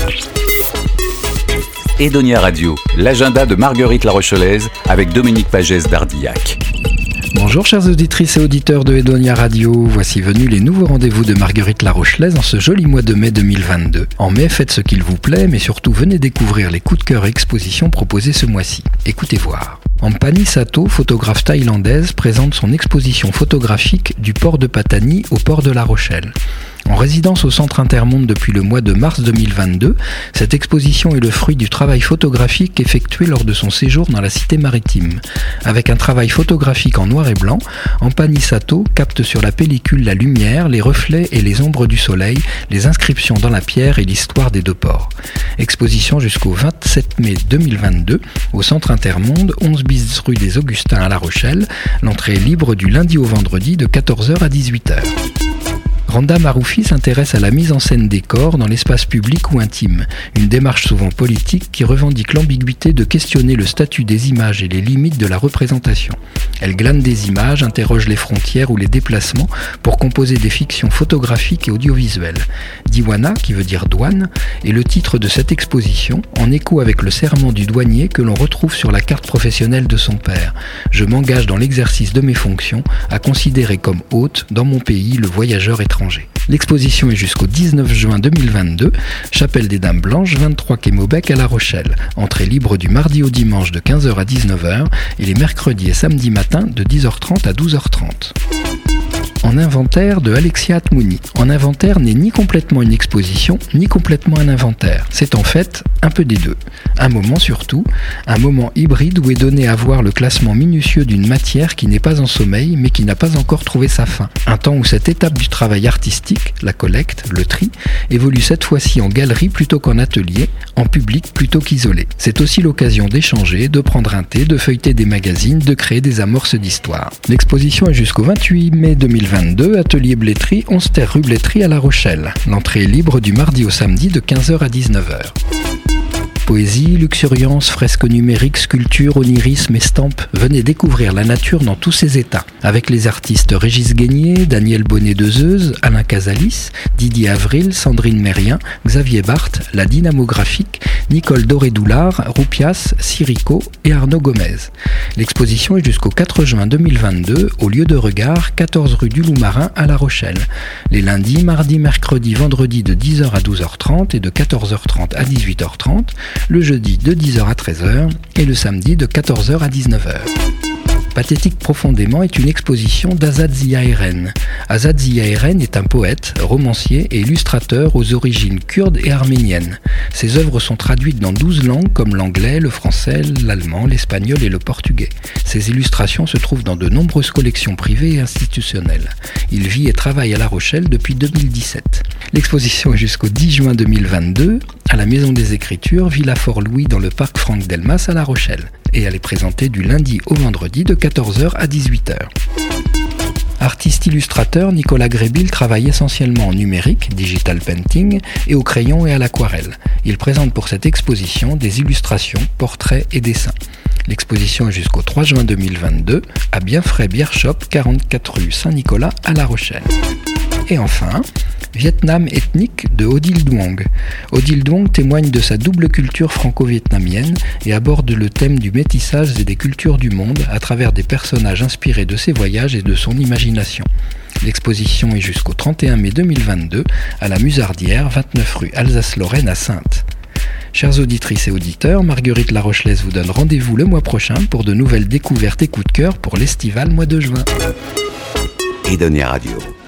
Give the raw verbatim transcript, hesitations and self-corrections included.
Edonia Radio, l'agenda de Marguerite La Rochelaise avec Dominique Pagès d'Ardillac. Bonjour chères auditrices et auditeurs de Edonia Radio, voici venus les nouveaux rendez-vous de Marguerite La Rochelaise en ce joli mois de mai deux mille vingt-deux. En mai, faites ce qu'il vous plaît, mais surtout venez découvrir les coups de cœur et expositions proposés ce mois-ci. Écoutez voir. Ampani Sato, photographe thaïlandaise, présente son exposition photographique du port de Patani au port de La Rochelle. En résidence au Centre Intermonde depuis le mois de mars deux mille vingt-deux, cette exposition est le fruit du travail photographique effectué lors de son séjour dans la cité maritime. Avec un travail photographique en noir et blanc, Ampani Sato capte sur la pellicule la lumière, les reflets et les ombres du soleil, les inscriptions dans la pierre et l'histoire des deux ports. Exposition jusqu'au vingt-sept mai deux mille vingt-deux au Centre Intermonde, onze bis rue des Augustins à La Rochelle. L'entrée est libre du lundi au vendredi de quatorze heures à dix-huit heures. Randa Maroufi s'intéresse à la mise en scène des corps dans l'espace public ou intime, une démarche souvent politique qui revendique l'ambiguïté de questionner le statut des images et les limites de la représentation. Elle glane des images, interroge les frontières ou les déplacements pour composer des fictions photographiques et audiovisuelles. Diwana, qui veut dire douane, est le titre de cette exposition, en écho avec le serment du douanier que l'on retrouve sur la carte professionnelle de son père. Je m'engage dans l'exercice de mes fonctions à considérer comme hôte dans mon pays le voyageur étranger. L'exposition est jusqu'au dix-neuf juin deux mille vingt-deux, Chapelle des Dames Blanches, vingt-trois quai Maubec à La Rochelle. Entrée libre du mardi au dimanche de quinze heures à dix-neuf heures et les mercredis et samedis matins de dix heures trente à douze heures trente. En inventaire de Alexia Atmouni. En inventaire n'est ni complètement une exposition, ni complètement un inventaire. C'est en fait un peu des deux. Un moment surtout, un moment hybride où est donné à voir le classement minutieux d'une matière qui n'est pas en sommeil, mais qui n'a pas encore trouvé sa fin. Un temps où cette étape du travail artistique, la collecte, le tri, évolue cette fois-ci en galerie plutôt qu'en atelier, en public plutôt qu'isolé. C'est aussi l'occasion d'échanger, de prendre un thé, de feuilleter des magazines, de créer des amorces d'histoire. L'exposition est jusqu'au vingt-huit mai deux mille vingt-deux, atelier Blétry, onze terre rue Blétry à La Rochelle. L'entrée est libre du mardi au samedi de quinze heures à dix-neuf heures. Poésie, luxuriance, fresques numériques, sculpture, onirisme, estampes, venez découvrir la nature dans tous ses états. Avec les artistes Régis Guénier, Daniel Bonnet de Zeuse, Alain Casalis, Didier Avril, Sandrine Mérien, Xavier Barthes, la Dynamographique, Nicole Doré-Doulard, Roupias, Sirico et Arnaud Gomez. L'exposition est jusqu'au quatre juin deux mille vingt-deux au lieu de regard, quatorze rue du Loup-Marin à La Rochelle. Les lundis, mardis, mercredis, vendredis de dix heures à douze heures trente et de quatorze heures trente à dix-huit heures trente. Le jeudi de dix heures à treize heures et le samedi de quatorze heures à dix-neuf heures. Pathétique profondément est une exposition d'Azad Ziya-Eren. Azad Ziya-Eren est un poète, romancier et illustrateur aux origines kurdes et arméniennes. Ses œuvres sont traduites dans douze langues comme l'anglais, le français, l'allemand, l'espagnol et le portugais. Ses illustrations se trouvent dans de nombreuses collections privées et institutionnelles. Il vit et travaille à La Rochelle depuis deux mille dix-sept. L'exposition est jusqu'au dix juin deux mille vingt-deux à la Maison des Écritures, Villa Fort-Louis dans le parc Franck Delmas à La Rochelle. Et elle est présentée du lundi au vendredi de quatorze heures à dix-huit heures. Artiste illustrateur, Nicolas Grébil travaille essentiellement en numérique, digital painting, et au crayon et à l'aquarelle. Il présente pour cette exposition des illustrations, portraits et dessins. L'exposition est jusqu'au trois juin deux mille vingt-deux à Bienfrais Beer Shop, quarante-quatre rue Saint-Nicolas à La Rochelle. Et enfin, Vietnam ethnique de Odile Duong. Odile Duong témoigne de sa double culture franco-vietnamienne et aborde le thème du métissage et des cultures du monde à travers des personnages inspirés de ses voyages et de son imagination. L'exposition est jusqu'au trente et un mai deux mille vingt-deux à la Musardière, vingt-neuf rue Alsace-Lorraine à Saintes. Chères auditrices et auditeurs, Marguerite La Rochelaise vous donne rendez-vous le mois prochain pour de nouvelles découvertes et coups de cœur pour l'estival mois de juin. Edonia Radio.